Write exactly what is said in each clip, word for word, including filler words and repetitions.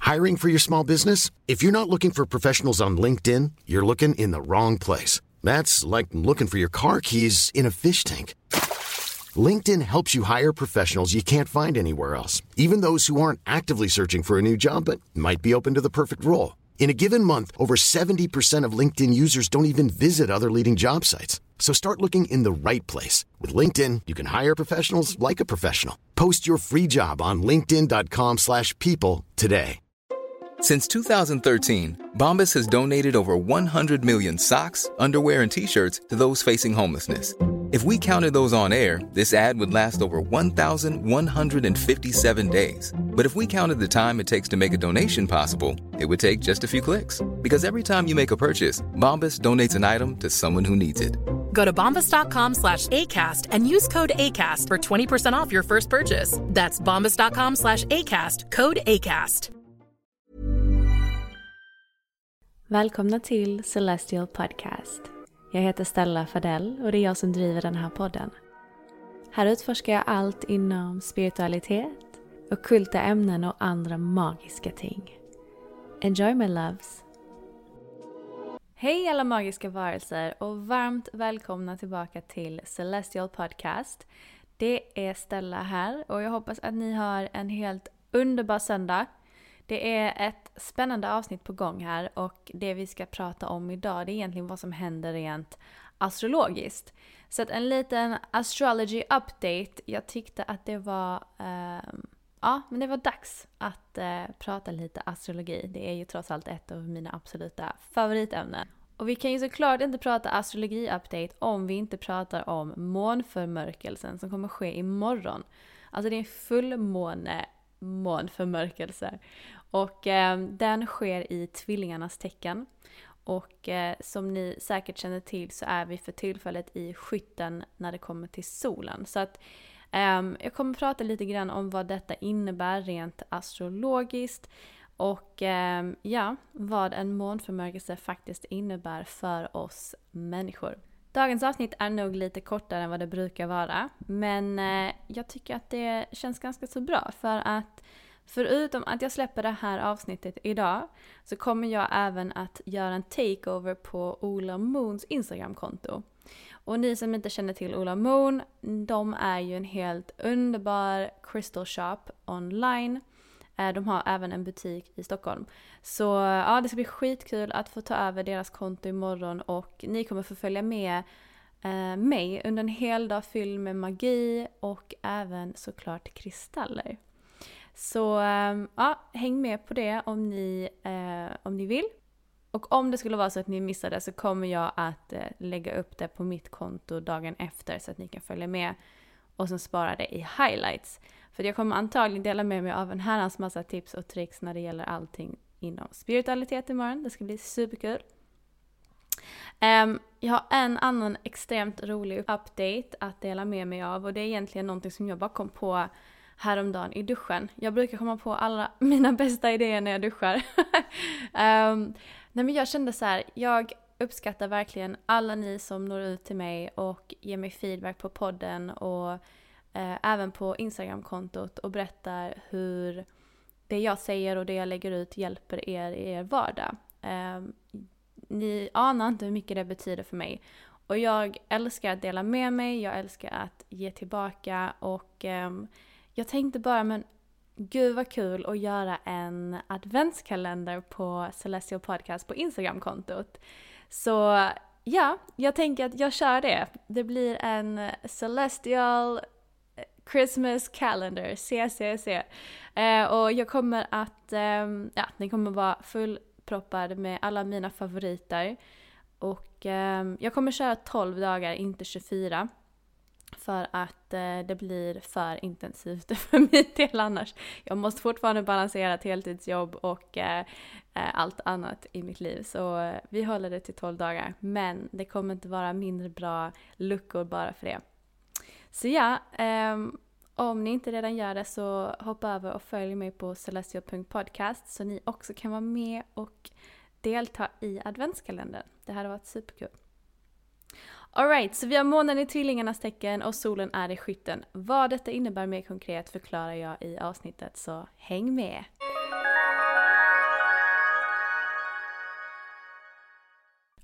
Hiring for your small business? If you're not looking for professionals on LinkedIn, you're looking in the wrong place. That's like looking for your car keys in a fish tank. LinkedIn helps you hire professionals you can't find anywhere else, even those who aren't actively searching for a new job but might be open to the perfect role. In a given month, over seventy percent of LinkedIn users don't even visit other leading job sites. So start looking in the right place. With LinkedIn, you can hire professionals like a professional. Post your free job on linkedin dot com slash people today. Since two thousand thirteen, Bombas has donated over one hundred million socks, underwear, and T-shirts to those facing homelessness. If we counted those on air, this ad would last over one thousand one hundred fifty-seven days. But if we counted the time it takes to make a donation possible, it would take just a few clicks. Because every time you make a purchase, Bombas donates an item to someone who needs it. Go to bombas.com slash ACAST and use code ACAST for twenty percent off your first purchase. That's bombas.com slash ACAST, code ACAST. Välkomna till Celestial Podcast. Jag heter Stella Fadell och det är jag som driver den här podden. Här utforskar jag allt inom spiritualitet, ockulta ämnen och andra magiska ting. Enjoy my loves! Hej alla magiska varelser och varmt välkomna tillbaka till Celestial Podcast. Det är Stella här och jag hoppas att ni har en helt underbar söndag. Det är ett spännande avsnitt på gång här och det vi ska prata om idag det är egentligen vad som händer rent astrologiskt. Så att en liten astrology update. Jag tyckte att det var eh, ja, men det var dags att eh, prata lite astrologi. Det är ju trots allt ett av mina absoluta favoritämnen. Och vi kan ju såklart inte prata astrologi-update om vi inte pratar om månförmörkelsen som kommer ske imorgon. Alltså det är en fullmåne månförmörkelse. Och eh, den sker i tvillingarnas tecken. Och eh, som ni säkert känner till så är vi för tillfället i skytten när det kommer till solen. Så att eh, jag kommer prata lite grann om vad detta innebär rent astrologiskt. Och eh, ja, vad en månförmörkelse faktiskt innebär för oss människor. Dagens avsnitt är nog lite kortare än vad det brukar vara. Men eh, jag tycker att det känns ganska så bra. För att förutom att jag släpper det här avsnittet idag så kommer jag även att göra en takeover på Ola Moons Instagram-konto. Och ni som inte känner till Ola Moon, de är ju en helt underbar crystal shop online. De har även en butik i Stockholm. Så ja, det ska bli skitkul att få ta över deras konto imorgon. Och ni kommer få följa med eh, mig under en hel dag fylld med magi och även såklart kristaller. Så eh, ja, häng med på det om ni, eh, om ni vill. Och om det skulle vara så att ni missade så kommer jag att eh, lägga upp det på mitt konto dagen efter så att ni kan följa med. Och sen spara det i highlights. För jag kommer antagligen dela med mig av en herrans massa tips och tricks när det gäller allting inom spiritualitet imorgon. Det ska bli superkul. Um, jag har en annan extremt rolig update att dela med mig av. Och det är egentligen någonting som jag bara kom på häromdagen i duschen. Jag brukar komma på alla mina bästa idéer när jag duschar. um, nej men jag kände så här, jag uppskattar verkligen alla ni som når ut till mig och ger mig feedback på podden och eh, även på Instagram-kontot och berättar hur det jag säger och det jag lägger ut hjälper er i er vardag. Eh, ni anar inte hur mycket det betyder för mig. Och jag älskar att dela med mig, jag älskar att ge tillbaka och eh, jag tänkte bara, men gud vad kul att göra en adventskalender på Celestial Podcast på Instagram-kontot. Så ja, jag tänker att jag kör det. Det blir en Celestial Christmas Calendar, C C C. Eh, och jag kommer att, eh, ja, den kommer vara fullproppad med alla mina favoriter. Och eh, jag kommer köra tolv dagar, inte tjugofyra. För att eh, det blir för intensivt för min del annars. Jag måste fortfarande balansera ett heltidsjobb och eh, allt annat i mitt liv. Så eh, vi håller det till tolv dagar. Men det kommer inte vara mindre bra luckor bara för det. Så ja, eh, om ni inte redan gör det så hoppa över och följ mig på celestial punkt podcast. Så ni också kan vara med och delta i adventskalendern. Det här har varit superkul. Alright, så vi har månen i tvillingarnas tecken och solen är i skytten. Vad detta innebär mer konkret förklarar jag i avsnittet, så häng med!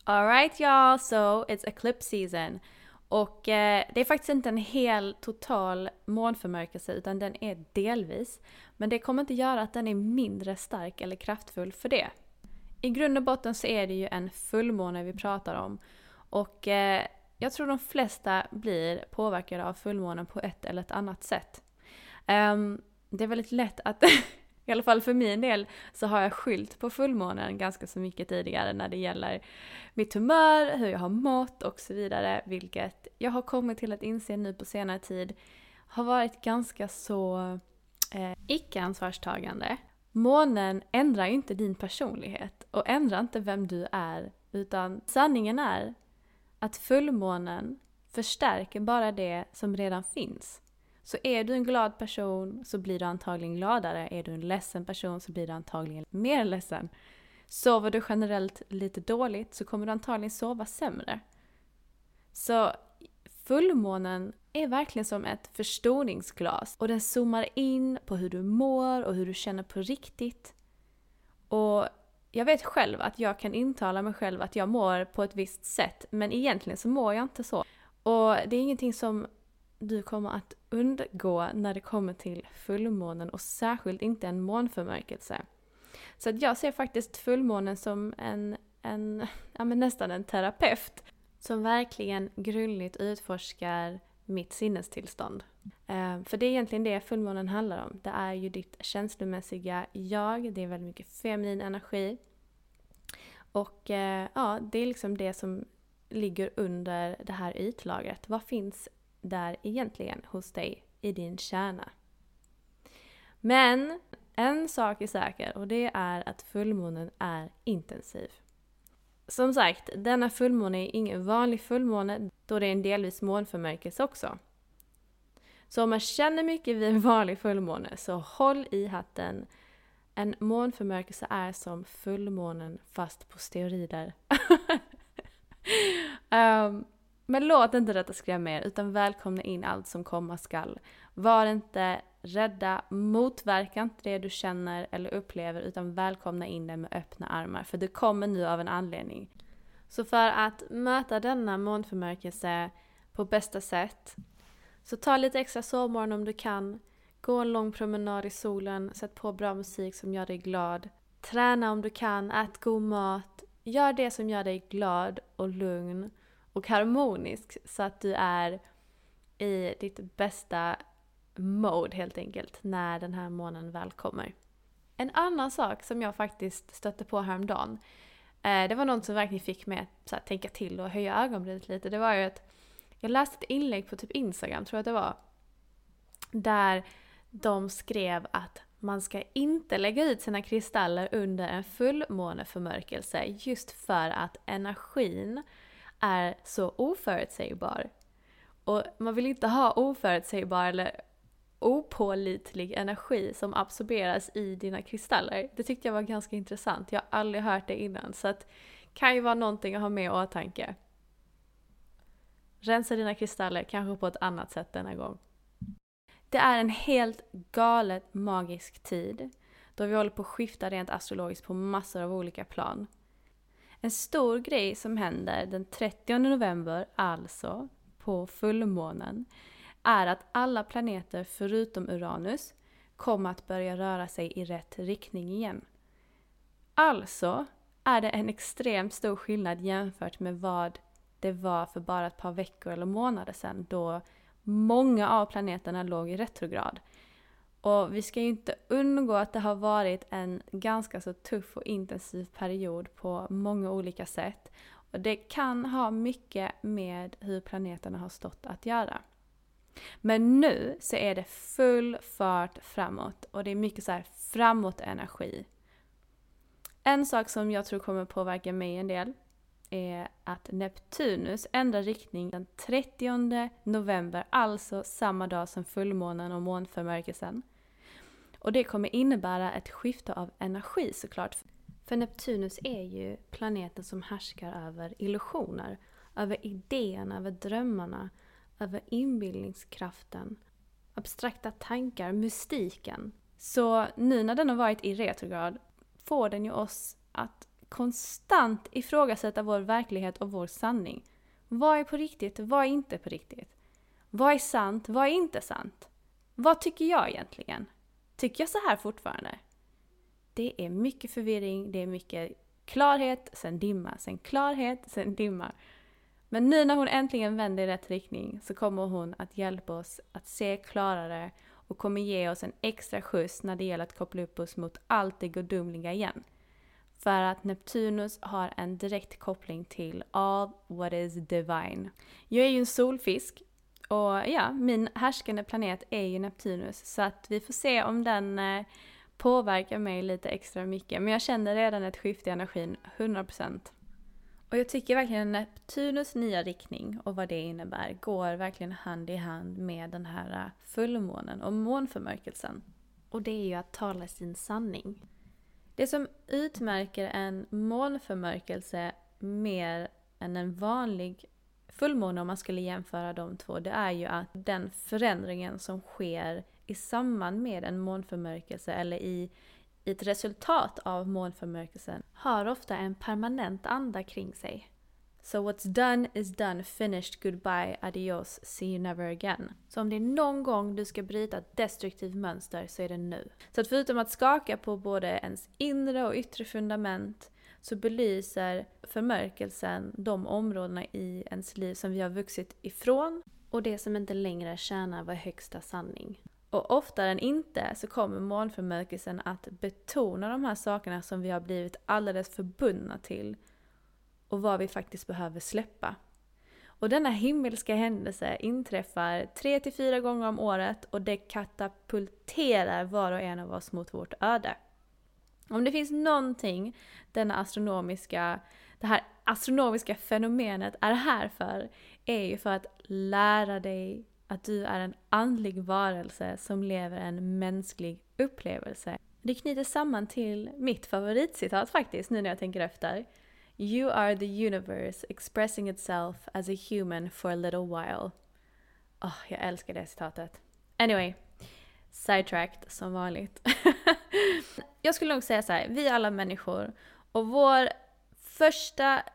Alright y'all, so it's eclipse season. Och eh, det är faktiskt inte en hel total månförmörkelse utan den är delvis. Men det kommer inte göra att den är mindre stark eller kraftfull för det. I grund och botten så är det ju en fullmåne vi pratar om. Och eh, jag tror de flesta blir påverkade av fullmånen på ett eller ett annat sätt. Um, det är väldigt lätt att, i alla fall för min del, så har jag skyllt på fullmånen ganska så mycket tidigare när det gäller mitt humör, hur jag har mått och så vidare. Vilket jag har kommit till att inse nu på senare tid har varit ganska så eh, icke-ansvarstagande. Månen ändrar ju inte din personlighet och ändrar inte vem du är, utan sanningen är att fullmånen förstärker bara det som redan finns. Så är du en glad person så blir du antagligen gladare. Är du en ledsen person så blir du antagligen mer ledsen. Sover du generellt lite dåligt så kommer du antagligen sova sämre. Så fullmånen är verkligen som ett förstoringsglas. Och den zoomar in på hur du mår och hur du känner på riktigt. Och jag vet själv att jag kan intala mig själv att jag mår på ett visst sätt. Men egentligen så mår jag inte så. Och det är ingenting som du kommer att undgå när det kommer till fullmånen och särskilt inte en månförmörkelse. Så att jag ser faktiskt fullmånen som en, en ja men nästan en terapeut som verkligen grundligt utforskar mitt sinnestillstånd. Eh, för det är egentligen det fullmånen handlar om. Det är ju ditt känslomässiga jag, det är väldigt mycket feminin energi. Och eh, ja, det är liksom det som ligger under det här ytlagret. Vad finns där egentligen hos dig i din kärna? Men en sak är säker och det är att fullmånen är intensiv. Som sagt, denna fullmåne är ingen vanlig fullmåne då det är en delvis månförmörkelse också. Så om man känner mycket vid en vanlig fullmåne så håll i hatten. En månförmörkelse är som fullmånen fast på steroider. um, Men låt inte detta skrämma er utan välkomna in allt som komma skall. Var inte rädda, motverka inte det du känner eller upplever utan välkomna in det med öppna armar. För det kommer nu av en anledning. Så för att möta denna månförmörkelse på bästa sätt så ta lite extra sovmorgon om du kan. Gå en lång promenad i solen, sätt på bra musik som gör dig glad. Träna om du kan, ät god mat. Gör det som gör dig glad och lugn och harmonisk så att du är i ditt bästa mode helt enkelt när den här månaden väl kommer. En annan sak som jag faktiskt stötte på häromdagen, eh, det var något som verkligen fick mig att så här, tänka till och höja ögonbrynet lite. Det var ju att jag läste ett inlägg på typ Instagram, tror jag att det var, där de skrev att man ska inte lägga ut sina kristaller under en fullmåneförmörkelse just för att energin är så oförutsägbar. Och man vill inte ha oförutsägbar eller opålitlig energi som absorberas i dina kristaller. Det tyckte jag var ganska intressant. Jag har aldrig hört det innan. Så att kan ju vara någonting att ha med i åtanke. Rensa dina kristaller kanske på ett annat sätt denna gång. Det är en helt galet magisk tid. Då vi håller på att skifta rent astrologiskt på massor av olika plan. En stor grej som händer den trettionde november, alltså på fullmånen, är att alla planeter förutom Uranus kommer att börja röra sig i rätt riktning igen. Alltså är det en extremt stor skillnad jämfört med vad det var för bara ett par veckor eller månader sedan då många av planeterna låg i retrograd. Och vi ska ju inte undgå att det har varit en ganska så tuff och intensiv period på många olika sätt. Och det kan ha mycket med hur planeterna har stått att göra. Men nu så är det full fart framåt och det är mycket så här framåt energi. En sak som jag tror kommer påverka mig en del är att Neptunus ändrar riktning den trettionde november, alltså samma dag som fullmånen och månförmörkelsen. Och det kommer innebära ett skifte av energi såklart. För Neptunus är ju planeten som härskar över illusioner, över idéerna, över drömmarna, över inbildningskraften, abstrakta tankar, mystiken. Så nu när den har varit i retrograd får den ju oss att konstant ifrågasätta vår verklighet och vår sanning. Vad är på riktigt? Vad är inte på riktigt? Vad är sant? Vad är inte sant? Vad tycker jag egentligen? Tycker jag så här fortfarande? Det är mycket förvirring, det är mycket klarhet, sen dimma, sen klarhet, sen dimma. Men nu när hon äntligen vänder i rätt riktning så kommer hon att hjälpa oss att se klarare och kommer ge oss en extra skjuts när det gäller att koppla upp oss mot allt det gudomliga igen. För att Neptunus har en direkt koppling till all what is divine. Jag är ju en solfisk och ja, min härskande planet är ju Neptunus, så att vi får se om den eh, påverkar mig lite extra mycket. Men jag känner redan ett skifte i energin, hundra procent. Och jag tycker verkligen att Neptunus nya riktning och vad det innebär går verkligen hand i hand med den här fullmånen och månförmörkelsen. Och det är ju att tala sin sanning. Det som utmärker en månförmörkelse mer än en vanlig fullmåne, om man skulle jämföra de två, det är ju att den förändringen som sker i samband med en månförmörkelse eller i ett resultat av månförmörkelsen har ofta en permanent anda kring sig. So what's done is done, finished, goodbye, adios, see you never again. Så om det är någon gång du ska bryta ett destruktivt mönster så är det nu. Så att förutom att skaka på både ens inre och yttre fundament så belyser förmörkelsen de områdena i ens liv som vi har vuxit ifrån och det som inte längre tjänar vår högsta sanning. Och oftare än inte så kommer månförmörkelsen att betona de här sakerna som vi har blivit alldeles förbundna till och vad vi faktiskt behöver släppa. Och denna himmelska händelse inträffar tre till fyra gånger om året och det katapulterar var och en av oss mot vårt öde. Om det finns någonting denna astronomiska, det här astronomiska fenomenet är här för, är ju för att lära dig att du är en andlig varelse som lever en mänsklig upplevelse. Det knyter samman till mitt favoritcitat faktiskt, nu när jag tänker efter. You are the universe expressing itself as a human for a little while. Oh, jag älskar det citatet. Anyway, sidetracked som vanligt. Jag skulle nog säga så här, vi är alla människor och vår första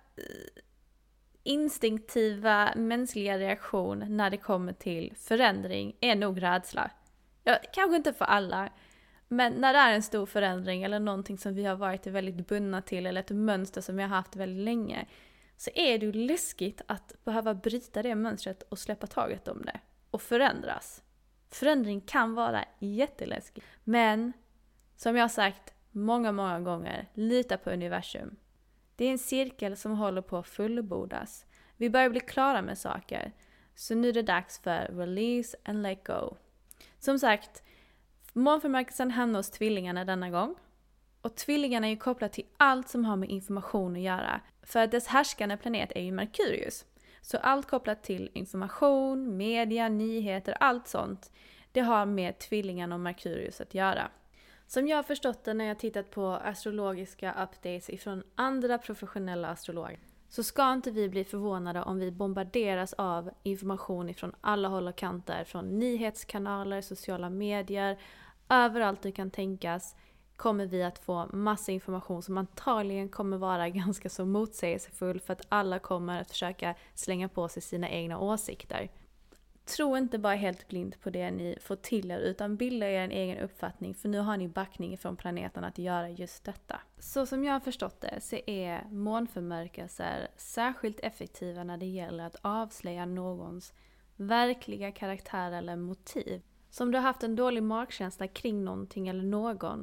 instinktiva mänskliga reaktion när det kommer till förändring är nog rädsla. Ja, kanske inte för alla, men när det är en stor förändring eller någonting som vi har varit väldigt bundna till eller ett mönster som vi har haft väldigt länge, så är det ju läskigt att behöva bryta det mönstret och släppa taget om det och förändras. Förändring kan vara jätteläskigt, men som jag har sagt många, många gånger, lita på universum. Det är en cirkel som håller på att fullbordas. Vi börjar bli klara med saker. Så nu är det dags för release and let go. Som sagt, månförmörkelsen hamnar hos tvillingarna denna gång. Och tvillingarna är ju kopplat till allt som har med information att göra. För att dess härskande planet är ju Merkurius. Så allt kopplat till information, media, nyheter, allt sånt. Det har med tvillingarna och Merkurius att göra. Som jag har förstått det när jag tittat på astrologiska updates ifrån andra professionella astrologer, så ska inte vi bli förvånade om vi bombarderas av information ifrån alla håll och kanter, från nyhetskanaler, sociala medier, överallt du kan tänkas kommer vi att få massa information som antagligen kommer vara ganska så motsägelsefull för att alla kommer att försöka slänga på sig sina egna åsikter. Tro inte bara helt blint på det ni får till er utan bilda er en egen uppfattning, för nu har ni backning från planeten att göra just detta. Så som jag har förstått det så är månförmörkelser särskilt effektiva när det gäller att avslöja någons verkliga karaktär eller motiv. Så om du har haft en dålig magkänsla kring någonting eller någon,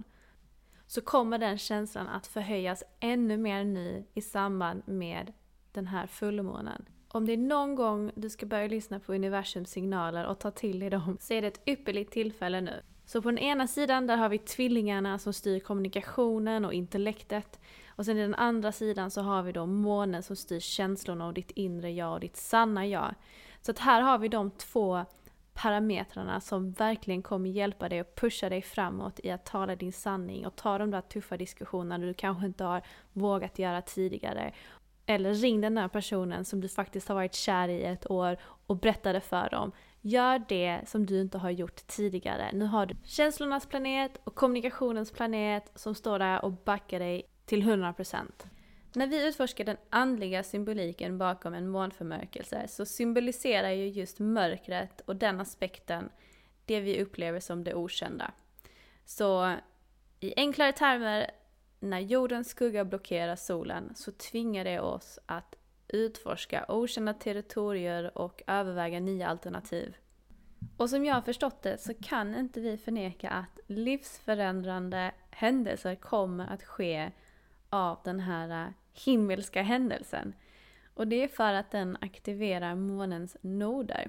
så kommer den känslan att förhöjas ännu mer nu i samband med den här fullmånen. Om det är någon gång du ska börja lyssna på universums signaler och ta till dig dem, så är det ett ypperligt tillfälle nu. Så på den ena sidan där har vi tvillingarna som styr kommunikationen och intellektet. Och sen i den andra sidan så har vi då månen som styr känslorna och ditt inre jag och ditt sanna jag. Så att här har vi de två parametrarna som verkligen kommer hjälpa dig och pusha dig framåt i att tala din sanning och ta de där tuffa diskussionerna du kanske inte har vågat göra tidigare. Eller ring den där personen som du faktiskt har varit kär i ett år och berättade för dem. Gör det som du inte har gjort tidigare. Nu har du känslornas planet och kommunikationens planet som står där och backar dig till hundra procent. När vi utforskar den andliga symboliken bakom en månförmörkelse så symboliserar ju just mörkret och den aspekten det vi upplever som det okända. Så i enklare termer, när jordens skugga blockerar solen så tvingar det oss att utforska okända territorier och överväga nya alternativ. Och som jag har förstått det så kan inte vi förneka att livsförändrande händelser kommer att ske av den här himmelska händelsen. Och det är för att den aktiverar månens noder.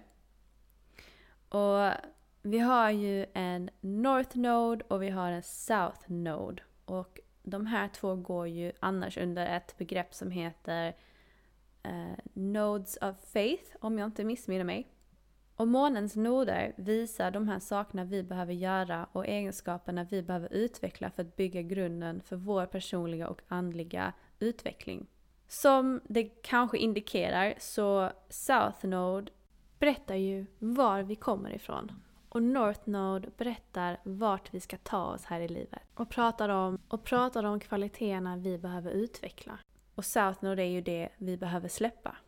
Och vi har ju en North Node och vi har en South Node. Och de här två går ju annars under ett begrepp som heter eh, Nodes of Faith, om jag inte missminner mig. Och månens noder visar de här sakerna vi behöver göra och egenskaperna vi behöver utveckla för att bygga grunden för vår personliga och andliga utveckling. Som det kanske indikerar så South Node berättar ju var vi kommer ifrån. Och North Node berättar vart vi ska ta oss här i livet. Och pratar om, och pratar om kvaliteterna vi behöver utveckla. Och South Node är ju det vi behöver släppa.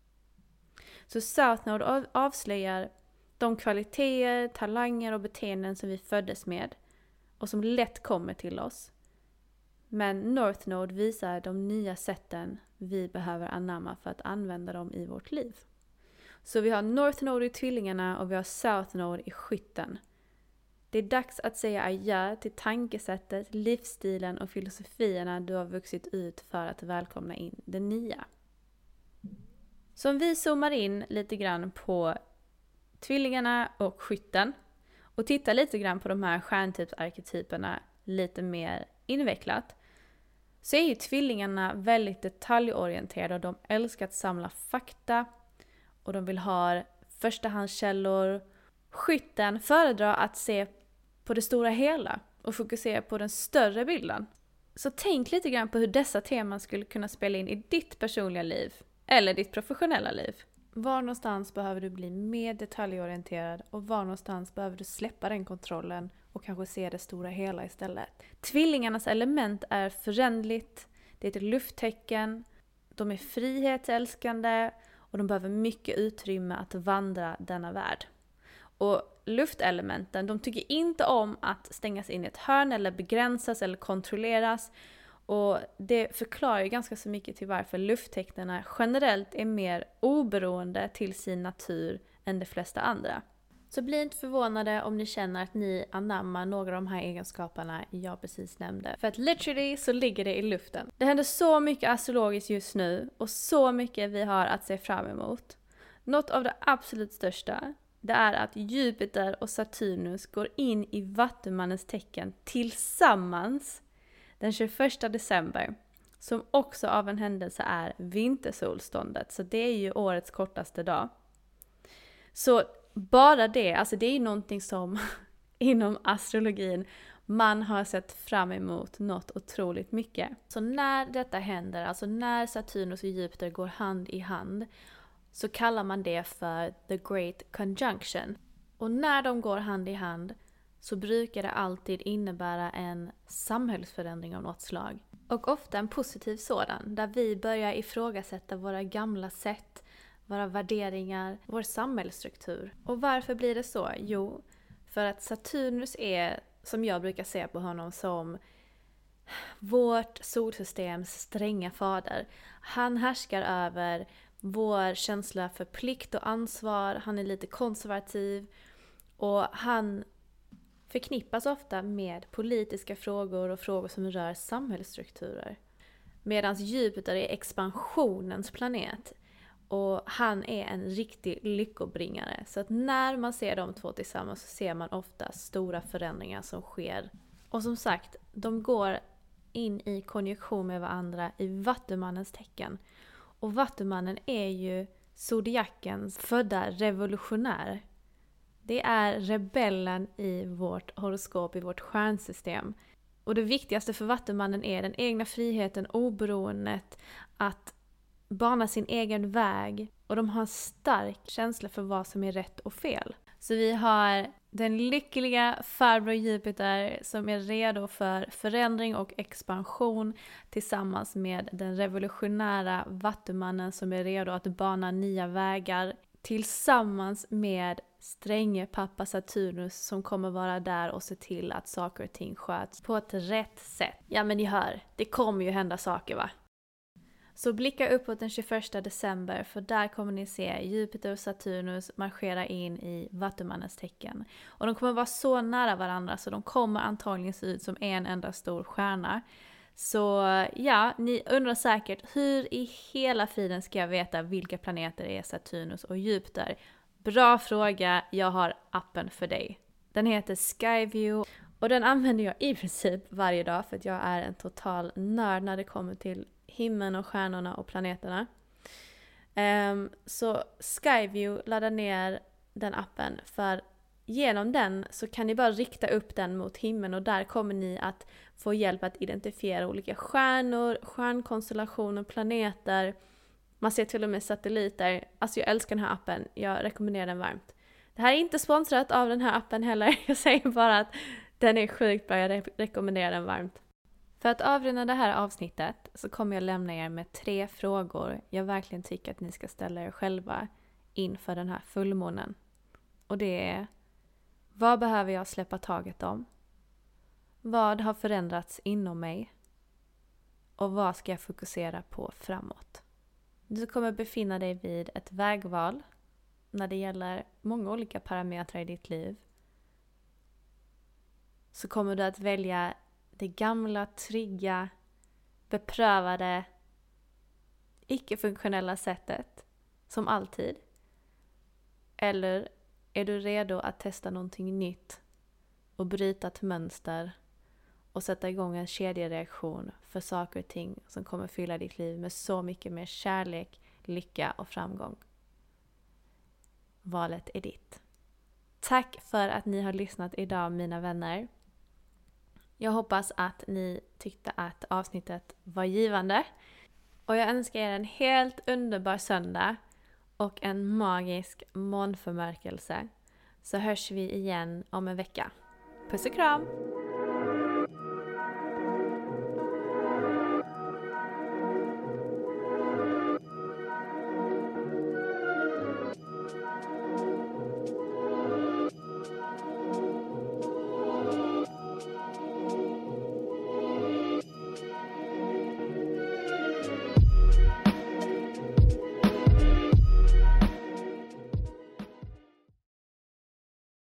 Så South Node avslöjar de kvaliteter, talanger och beteenden som vi föddes med. Och som lätt kommer till oss. Men North Node visar de nya sätten vi behöver anamma för att använda dem i vårt liv. Så vi har North Node i tvillingarna och vi har South Node i skytten. Det är dags att säga adjö till tankesättet, livsstilen och filosofierna du har vuxit ut för att välkomna in det nya. Så om vi zoomar in lite grann på tvillingarna och skytten och tittar lite grann på de här stjärntypsarketyperna lite mer invecklat, så är ju tvillingarna väldigt detaljorienterade och de älskar att samla fakta och de vill ha förstahandskällor. Skytten föredrar att se på det stora hela och fokusera på den större bilden. Så tänk lite grann på hur dessa teman skulle kunna spela in i ditt personliga liv eller ditt professionella liv. Var någonstans behöver du bli mer detaljorienterad och var någonstans behöver du släppa den kontrollen och kanske se det stora hela istället. Tvillingarnas element är förändligt, det är ett lufttecken, de är frihetsälskande och de behöver mycket utrymme att vandra denna värld. Och luftelementen, de tycker inte om att stängas in i ett hörn eller begränsas eller kontrolleras. Och det förklarar ju ganska så mycket till varför lufttecknarna generellt är mer oberoende till sin natur än de flesta andra. Så bli inte förvånade om ni känner att ni anammar några av de här egenskaperna jag precis nämnde. För att literally så ligger det i luften. Det händer så mycket astrologiskt just nu och så mycket vi har att se fram emot. Något av det absolut största, det är att Jupiter och Saturnus går in i Vattumannens tecken tillsammans den tjugoförsta december. Som också av en händelse är vintersolståndet. Så det är ju årets kortaste dag. Så bara det, alltså det är ju någonting som inom astrologin man har sett fram emot något otroligt mycket. Så när detta händer, alltså när Saturnus och Jupiter går hand i hand, så kallar man det för the great conjunction. Och när de går hand i hand så brukar det alltid innebära en samhällsförändring av något slag. Och ofta en positiv sådan, där vi börjar ifrågasätta våra gamla sätt, våra värderingar, vår samhällsstruktur. Och varför blir det så? Jo, för att Saturnus är, som jag brukar se på honom, som vårt solsystems stränga fader. Han härskar över vår känsla för plikt och ansvar, han är lite konservativ och han förknippas ofta med politiska frågor och frågor som rör samhällsstrukturer. Medan Jupiter är expansionens planet och han är en riktig lyckobringare. Så att när man ser de två tillsammans så ser man ofta stora förändringar som sker. Och som sagt, de går in i konjunktion med varandra i Vattumannens tecken. Och Vattumannen är ju zodiakens födda revolutionär. Det är rebellen i vårt horoskop, i vårt stjärnsystem. Och det viktigaste för Vattumannen är den egna friheten, oberoendet, att bana sin egen väg. Och de har en stark känsla för vad som är rätt och fel. Så vi har Den lyckliga farbror Jupiter som är redo för förändring och expansion tillsammans med den revolutionära vattumannen som är redo att bana nya vägar tillsammans med stränge pappa Saturnus som kommer vara där och se till att saker och ting sköts på ett rätt sätt. Ja men ni hör, det kommer ju hända saker va? Så blicka uppåt den tjugoförsta december för där kommer ni se Jupiter och Saturnus marschera in i vattumannens tecken. Och de kommer vara så nära varandra så de kommer antagligen se ut som en enda stor stjärna. Så ja, ni undrar säkert hur i hela friden ska jag veta vilka planeter är Saturnus och Jupiter? Bra fråga, jag har appen för dig. Den heter Skyview och den använder jag i princip varje dag för att jag är en total nörd när det kommer till himlen och stjärnorna och planeterna. Um, så Skyview, ladda ner den appen för genom den så kan ni bara rikta upp den mot himlen och där kommer ni att få hjälp att identifiera olika stjärnor, stjärnkonstellationer, planeter. Man ser till och med satelliter. Alltså jag älskar den här appen. Jag rekommenderar den varmt. Det här är inte sponsrat av den här appen heller. Jag säger bara att den är sjukt bra. Jag re- rekommenderar den varmt. För att avrunda det här avsnittet så kommer jag lämna er med tre frågor jag verkligen tycker att ni ska ställa er själva inför den här fullmånen. Och det är: vad behöver jag släppa taget om? Vad har förändrats inom mig? Och vad ska jag fokusera på framåt? Du kommer befinna dig vid ett vägval när det gäller många olika parametrar i ditt liv. Så kommer du att välja det gamla, trygga, beprövade, icke-funktionella sättet, som alltid. Eller är du redo att testa någonting nytt och bryta ett mönster och sätta igång en kedjereaktion för saker och ting som kommer fylla ditt liv med så mycket mer kärlek, lycka och framgång? Valet är ditt. Tack för att ni har lyssnat idag, mina vänner. Jag hoppas att ni tyckte att avsnittet var givande. Och jag önskar er en helt underbar söndag och en magisk månförmörkelse. Så hörs vi igen om en vecka. Puss och kram!